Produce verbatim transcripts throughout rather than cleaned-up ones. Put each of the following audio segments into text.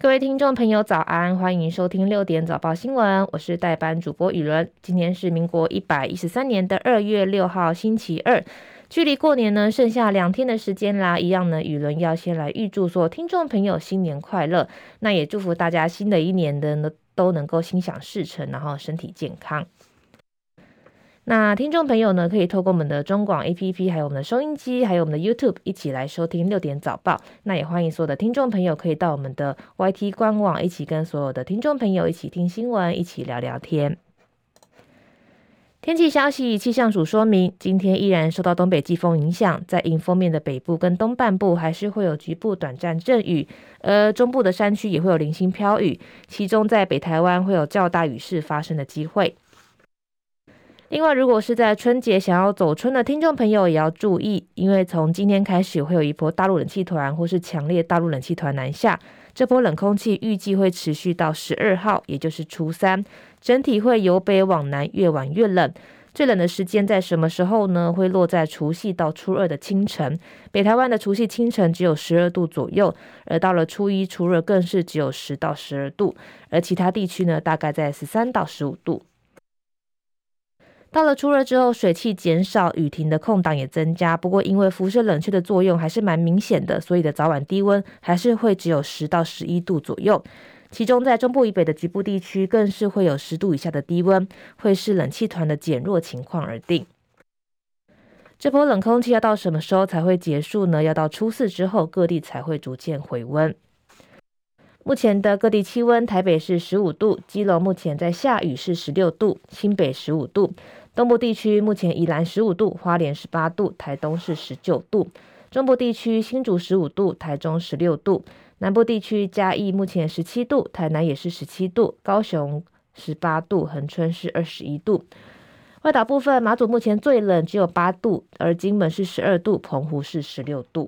各位听众朋友早安，欢迎收听六点早报新闻，我是代班主播雨伦。今天是民国一百一十三年的二月六号星期二，距离过年呢剩下两天的时间啦，一样呢雨伦要先来预祝所有听众朋友新年快乐，那也祝福大家新的一年的呢都能够心想事成，然后身体健康。那听众朋友呢，可以透过我们的中广 A P P， 还有我们的收音机，还有我们的 YouTube 一起来收听六点早报。那也欢迎所有的听众朋友可以到我们的 Y T 官网，一起跟所有的听众朋友一起听新闻，一起聊聊天。天气消息，气象署说明，今天依然受到东北季风影响，在迎风面的北部跟东半部还是会有局部短暂阵雨，而中部的山区也会有零星飘雨，其中在北台湾会有较大雨势发生的机会。另外，如果是在春节想要走春的听众朋友也要注意，因为从今天开始会有一波大陆冷气团或是强烈大陆冷气团南下，这波冷空气预计会持续到十二号，也就是初三，整体会由北往南越晚越冷。最冷的时间在什么时候呢？会落在除夕到初二的清晨，北台湾的除夕清晨只有十二度左右，而到了初一初二更是只有十到十二度，而其他地区呢大概在十三到十五度。到了初二之后，水汽减少，雨停的空档也增加，不过因为辐射冷却的作用还是蛮明显的，所以的早晚低温还是会只有十到十一度左右，其中在中部以北的局部地区更是会有十度以下的低温，会是冷气团的减弱情况而定。这波冷空气要到什么时候才会结束呢？要到初四之后，各地才会逐渐回温。目前的各地气温，台北是十五度，基隆目前在下雨是十六度，新北十五度，东部地区目前宜兰十五度，花莲十八度，台东是十九度，中部地区新竹十五度，台中十六度，南部地区嘉义目前十七度，台南也是十七度，高雄十八度，恒春是二十一度。外岛部分，马祖目前最冷只有八度，而金门是十二度，澎湖是十六度。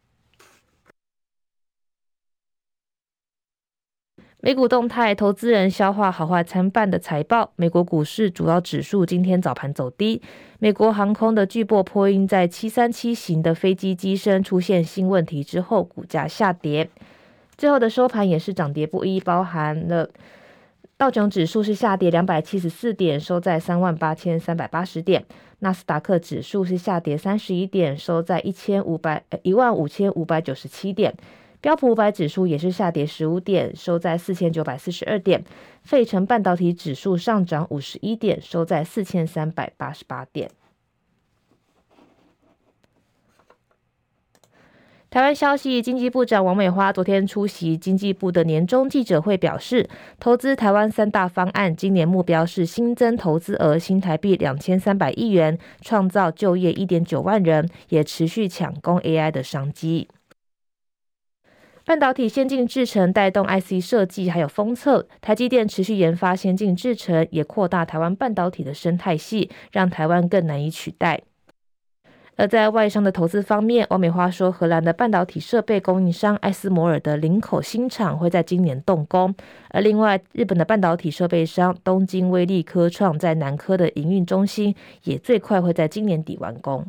美股动态，投资人消化好坏参半的财报。美国股市主要指数今天早盘走低，美国航空的巨擘波音在七三七型的飞机机身出现新问题之后，股价下跌。最后的收盘也是涨跌不一，包含了道琼指数是下跌两百七十四点，收在三万八千三百八十点，纳斯达克指数是下跌三十一点，收在一万五千五百九十七点。标普五百指数也是下跌十五点，收在四千九百四十二点。费城半导体指数上涨五十一点，收在四千三百八十八点。台湾消息，经济部长王美花昨天出席经济部的年终记者会，表示投资台湾三大方案，今年目标是新增投资额新台币两千三百亿元，创造就业一点九万人，也持续抢攻 A I 的商机。半导体先进制程带动 I C 设计还有封测，台积电持续研发先进制程，也扩大台湾半导体的生态系，让台湾更难以取代。而在外商的投资方面，王美花说，荷兰的半导体设备供应商艾斯摩尔的林口新厂会在今年动工，而另外日本的半导体设备商东京威力科创在南科的营运中心也最快会在今年底完工。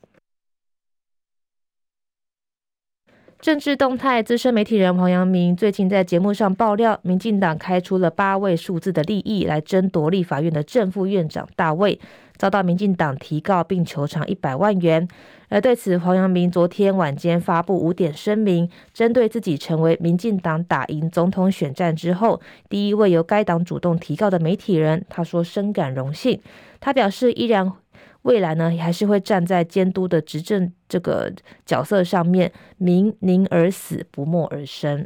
政治动态，资深媒体人黄阳明最近在节目上爆料，民进党开出了八位数字的利益来争夺立法院的正副院长大位，遭到民进党提告并求偿一百万元。而对此，黄阳明昨天晚间发布五点声明，针对自己成为民进党打赢总统选战之后第一位由该党主动提告的媒体人，他说深感荣幸。他表示依然未来呢，还是会站在监督的执政这个角色上面，民宁而死，不默而生。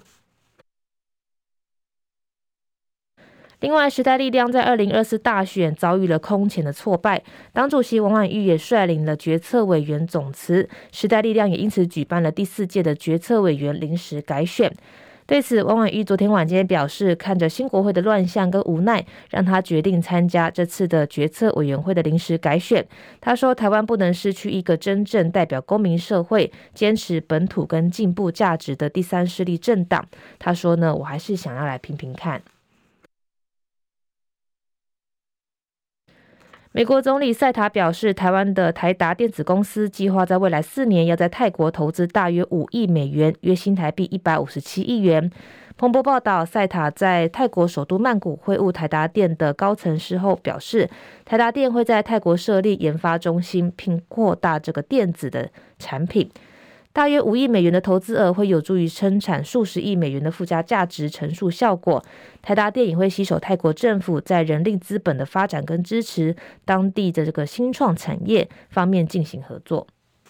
另外，时代力量在二零二四大选遭遇了空前的挫败，党主席王婉玉也率领了决策委员总辞，时代力量也因此举办了第四届的决策委员临时改选。对此，王婉玉昨天晚间表示，看着新国会的乱象跟无奈，让他决定参加这次的决策委员会的临时改选。他说，台湾不能失去一个真正代表公民社会、坚持本土跟进步价值的第三势力政党。他说呢，我还是想要来拼拼看。 美国总理赛塔表示，台湾的台达电子公司计划在未来四年要在泰国投资大约五亿美元，约新台币一百五十七亿元。彭博报道，赛塔在泰国首都曼谷会晤台达电的高层事后表示，台达电会在泰国设立研发中心，并扩大这个电子的产品。大约五亿美元的投资额会有助于生产数十亿美元的附加价值乘数效果。台达电也会携手泰国政府在人力资本的发展跟支持当地的这个新创产业方面进行合作。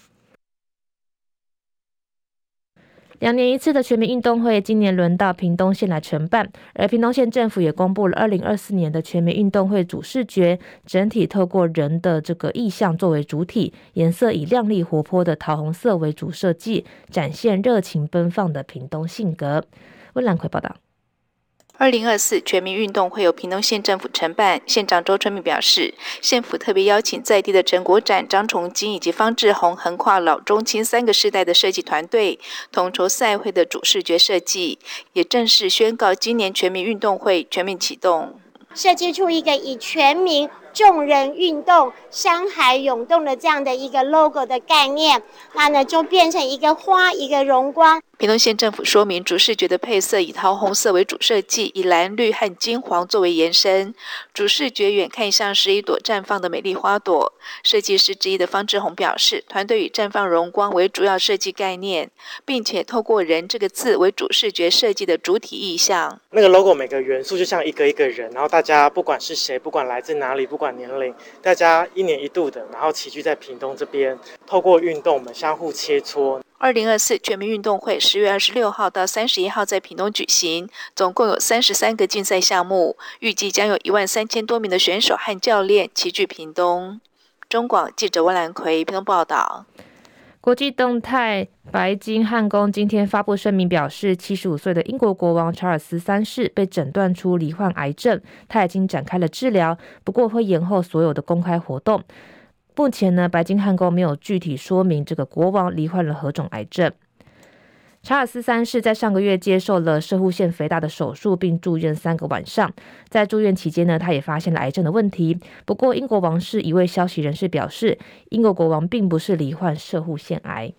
两年一次的全民运动会今年轮到屏东县来承办，而屏东县政府也公布了二零二四年的全民运动会主视觉，整体透过人的这个意象作为主体，颜色以亮丽活泼的桃红色为主设计，展现热情奔放的屏东性格。温兰奎报道。 二零二四全民运动会由屏东县政府承办，县长周春米表示，县府特别邀请在地的陈国展、张崇金以及方志宏横跨老中青三个世代的设计团队，统筹赛会的主视觉设计，也正式宣告今年全民运动会全面启动， 设计出一个以全民众人运动、山海涌动的这样的一个 logo 的概念，那呢就变成一个花，一个荣光。 屏东县政府说明，主视觉的配色以桃红色为主设计，以蓝绿和金黄作为延伸。主视觉远看像是一朵绽放的美丽花朵。设计师之一的方志宏表示，团队以绽放荣光为主要设计概念，并且透过人这个字为主视觉设计的主体意象。 那个 logo 每个元素就像一个一个人，然后大家不管是谁，不管来自哪里，不管年龄，大家一年一度的，然后齐聚在屏东这边，透过运动我们相互切磋。 二零二四全民运动会十月二十六号到三十一号在屏东举行，总共有三十三个竞赛项目，预计将有一万三千多名的选手和教练齐聚屏东。中广记者温兰奎屏东报道。 国际动态，白金汉宫今天发布声明表示，七十五岁的英国国王查尔斯三世被诊断出罹患癌症，他已经展开了治疗，不过会延后所有的公开活动。目前呢，白金汉宫没有具体说明这个国王罹患了何种癌症。查尔斯三世在上个月接受了攝護腺肥大的手术，并住院三个晚上。在住院期间呢，他也发现了癌症的问题。不过，英国王室一位消息人士表示，英国国王并不是罹患攝護腺癌。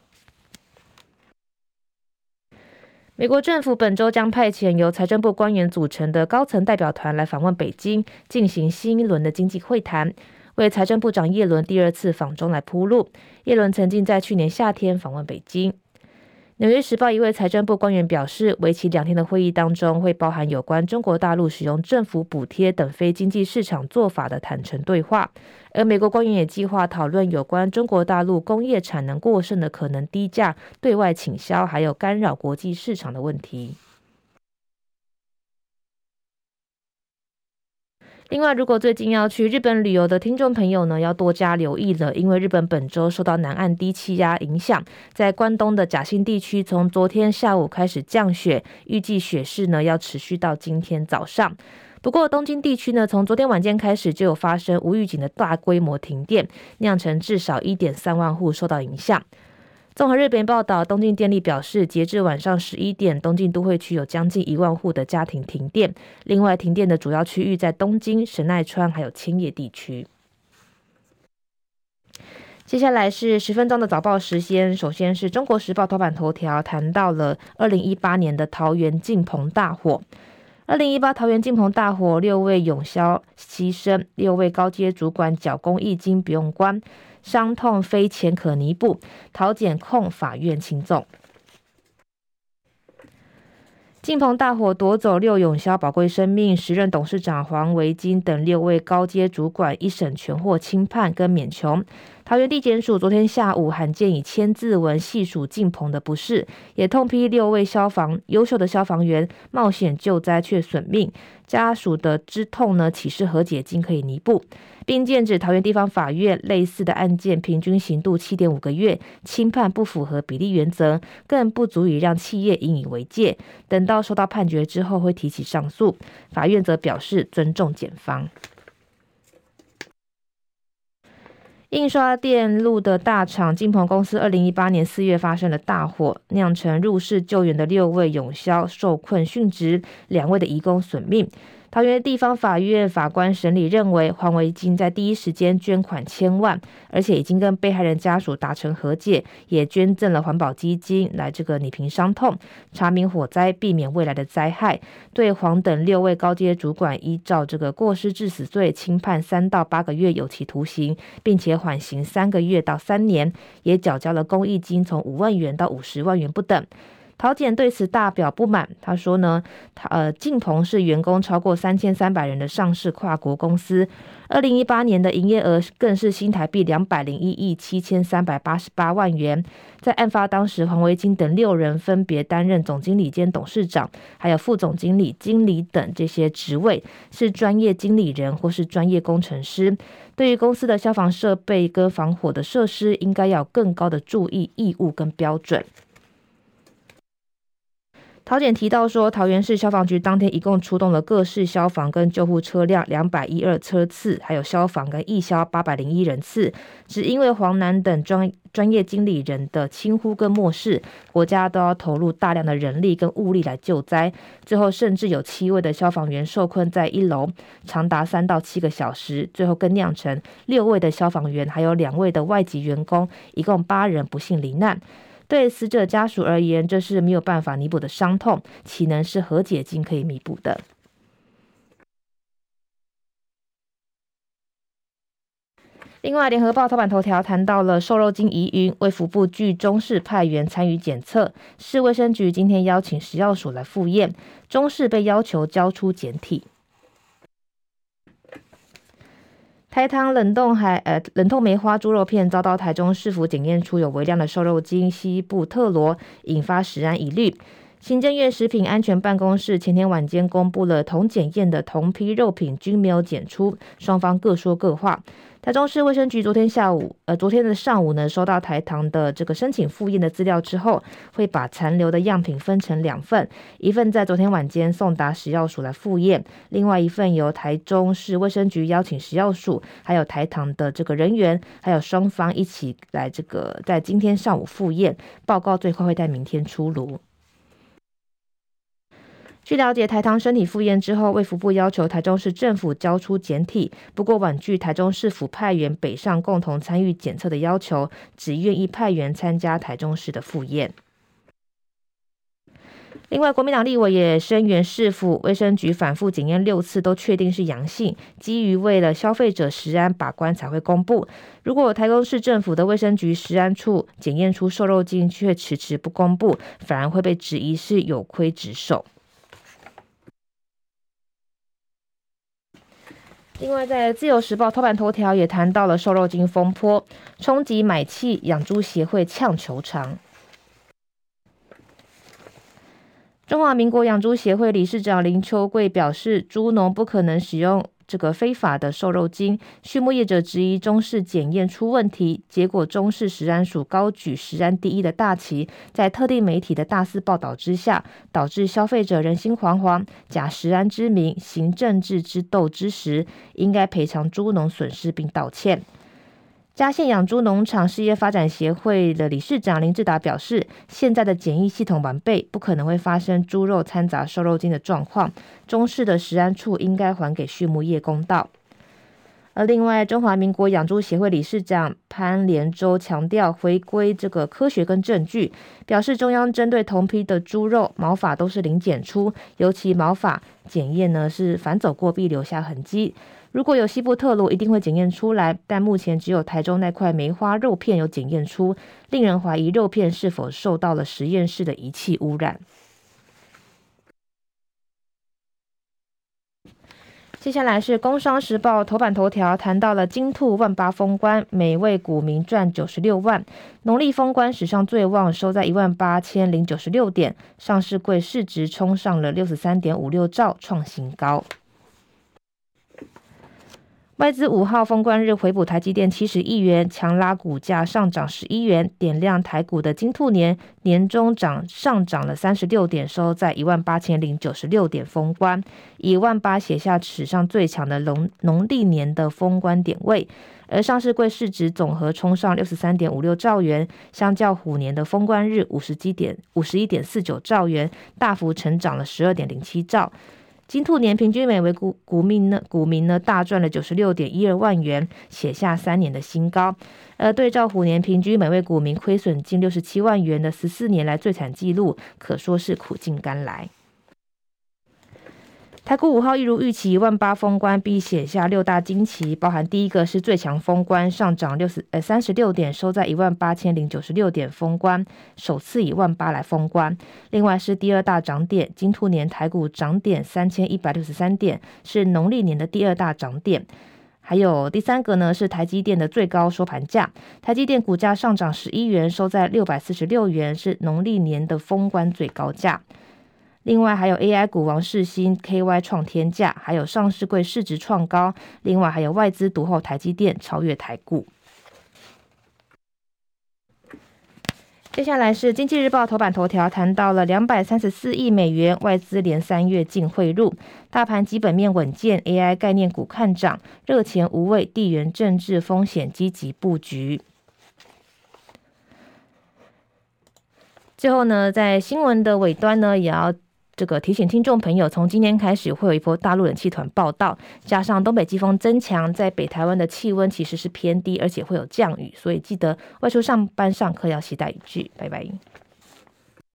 美国政府本周将派遣由财政部官员组成的高层代表团来访问北京，进行新一轮的经济会谈，为财政部长叶伦第二次访中来铺路。叶伦曾经在去年夏天访问北京。纽约时报一位财政部官员表示，为期两天的会议当中会包含有关中国大陆使用政府补贴等非经济市场做法的坦诚对话，而美国官员也计划讨论有关中国大陆工业产能过剩的可能低价对外倾销，还有干扰国际市场的问题。另外，如果最近要去日本旅游的听众朋友呢，要多加留意了，因为日本本周受到南岸低气压影响，在关东的甲信地区从昨天下午开始降雪，预计雪势呢要持续到今天早上。不过东京地区呢，从昨天晚间开始就有发生无预警的大规模停电，酿成至少 一点三万户受到影响。综合日本报道，东京电力表示，截至晚上十一点，东京都会区有将近一万户的家庭停电。另外，停电的主要区域在东京、神奈川还有千叶地区。接下来是十分钟的早报时间，首先是中国时报头版头条谈到了二零一八年的桃园敬鹏大火。二零一八桃园敬鹏大火，六位永消牺牲，六位高阶主管缴公益金不用关，伤痛非钱可弥补，桃检控法院轻纵。敬鹏大火夺走六永消宝贵生命，时任董事长黄维金等六位高阶主管一审全获轻判跟免囚。桃园地检署昨天下午罕见以千字文细数敬鹏的不是，也痛批六位消防优秀的消防员冒险救灾却损命，家属的之痛呢，岂是和解金可以弥补？并剑指桃园地方法院类似的案件平均刑度 七点五个月，轻判不符合比例原则，更不足以让企业引以为戒。等到收到判决之后会提起上诉，法院则表示尊重检方。印刷电路的大厂敬鹏公司二零一八年四月发生了大火，酿成入室救援的六位永消受困殉职，两位的移工损命。 桃园地方法院法官审理认为，黄维金在第一时间捐款千万，而且已经跟被害人家属达成和解，也捐赠了环保基金来这个拟平伤痛，查明火灾，避免未来的灾害。对黄等六位高阶主管依照这个过失致死罪轻判三到八个月有期徒刑，并且缓刑三个月到三年，也缴交了公益金从五万元到五十万元不等。桃检对此大表不满，他说呢，呃，晋鹏是员工超过三千三百人的上市跨国公司，二零一八年的营业额更是新台币两百零一亿七千三百八十八万元。在案发当时，黄维金等六人分别担任总经理兼董事长，还有副总经理、经理等这些职位，是专业经理人或是专业工程师。对于公司的消防设备跟防火的设施，应该要有更高的注意义务跟标准。桃检提到说，桃园市消防局当天一共出动了各式消防跟救护车辆两百一十二车次，还有消防跟义消八百零一人次，只因为黄南等专专业经理人的轻忽跟漠视，国家都要投入大量的人力跟物力来救灾，最后甚至有七位的消防员受困在一楼长达三到七个小时，最后更酿成六位的消防员还有两位的外籍员工，一共八人不幸罹难。对死者家属而言，这是没有办法弥补的伤痛，岂能是和解金可以弥补的？另外，联合报头版头条谈到了瘦肉精疑云，卫福部据中市派员参与检测，市卫生局今天邀请食药署来复验，中市被要求交出检体。台糖冷冻海呃冷冻梅花猪肉片遭到台中市府检验出有微量的瘦肉精西布特罗，引发食安疑虑。行政院食品安全办公室前天晚间公布了同检验的同批肉品均没有检出，双方各说各话。台中市卫生局昨天下午，呃，昨天的上午呢，收到台糖的这个申请复验的资料之后，会把残留的样品分成两份，一份在昨天晚间送达食药署来复验，另外一份由台中市卫生局邀请食药署还有台糖的这个人员，还有双方一起来这个在今天上午复验，报告最快会在明天出炉。据了解，台糖身体复验之后，卫福部要求台中市政府交出检体，不过婉拒台中市府派员北上共同参与检测的要求，只愿意派员参加台中市的复验。另外，国民党立委也声援市府卫生局反复检验六次都确定是阳性，基于为了消费者食安把关才会公布。如果台中市政府的卫生局食安处检验出瘦肉精却迟迟不公布，反而会被质疑是有亏职守。另外，在自由时报头版头条也谈到了瘦肉精风波，冲击买气养猪协会呛求偿。中华民国养猪协会理事长林秋贵表示，猪农不可能使用这个非法的瘦肉精，畜牧业者质疑中市检验出问题，结果中市食安署高举食安第一的大旗，在特定媒体的大肆报道之下，导致消费者人心惶惶，假食安之名行政治之斗之时，应该赔偿猪农损失并道歉。嘉县养猪农场事业发展协会的理事长林志达表示，现在的检疫系统完备，不可能会发生猪肉掺杂瘦肉精的状况，中市的食安处应该还给畜牧业公道。而另外，中华民国养猪协会理事长潘连洲强调回归这个科学跟证据，表示中央针对同批的猪肉毛发都是零检出，尤其毛发检验呢是反走过必留下痕迹，如果有西布特罗一定会检验出来，但目前只有台中那块梅花肉片有检验出，令人怀疑肉片是否受到了实验室的仪器污染。接下来是工商时报头版头条，谈到了金兔万八封关，每位股民赚九十六万，农历封关史上最旺，收在一万八千零九十六点，上市柜市值冲上了六十三点五六兆，创新高。外资五号封关日回补台积电七十亿元，强拉股价上涨十一元，点亮台股的金兔年，年中涨上涨了三十六点，收在一万八千零九十六点封关，以万八写下史上最强的农农历年的封关点位。而上市柜市值总和冲上六十三点五六兆元，相较虎年的封关日五十一点五十一点四九兆元，大幅成长了十二点零七兆。 金兔年平均每位股股民呢，股民呢大赚了九十六点一二万元，写下三年的新高。而对照虎年平均每位股民亏损近六十七万元的十四年来最惨纪录，可说是苦尽甘来。台股五号一如预期，一万八封关并写下六大惊奇，包含第一个是最强封关，上涨六十呃三十六点，收在一万八千零九十六点封关，首次以万八来封关。另外是第二大涨点，金兔年台股涨点三千一百六十三点，是农历年的第二大涨点。还有第三个呢是台积电的最高收盘价，台积电股价上涨十一元，收在六百四十六元，是农历年的封关最高价。另外还有 A I 股王世芯 K Y 创天价，还有上市柜市值创高，另外还有外资独后台积电超越台股。接下来是经济日报头版头条，谈到了两百三十四亿美元外资连三月净汇入，大盘基本面稳健， A I 概念股看涨，热钱无畏，地缘政治风险积极布局。最后呢，在新闻的尾端呢，也要这个提醒听众朋友，从今天开始会有一波大陆冷气团报道，加上东北季风增强，在北台湾的气温其实是偏低，而且会有降雨，所以记得外出上班上课要携带雨具。拜拜。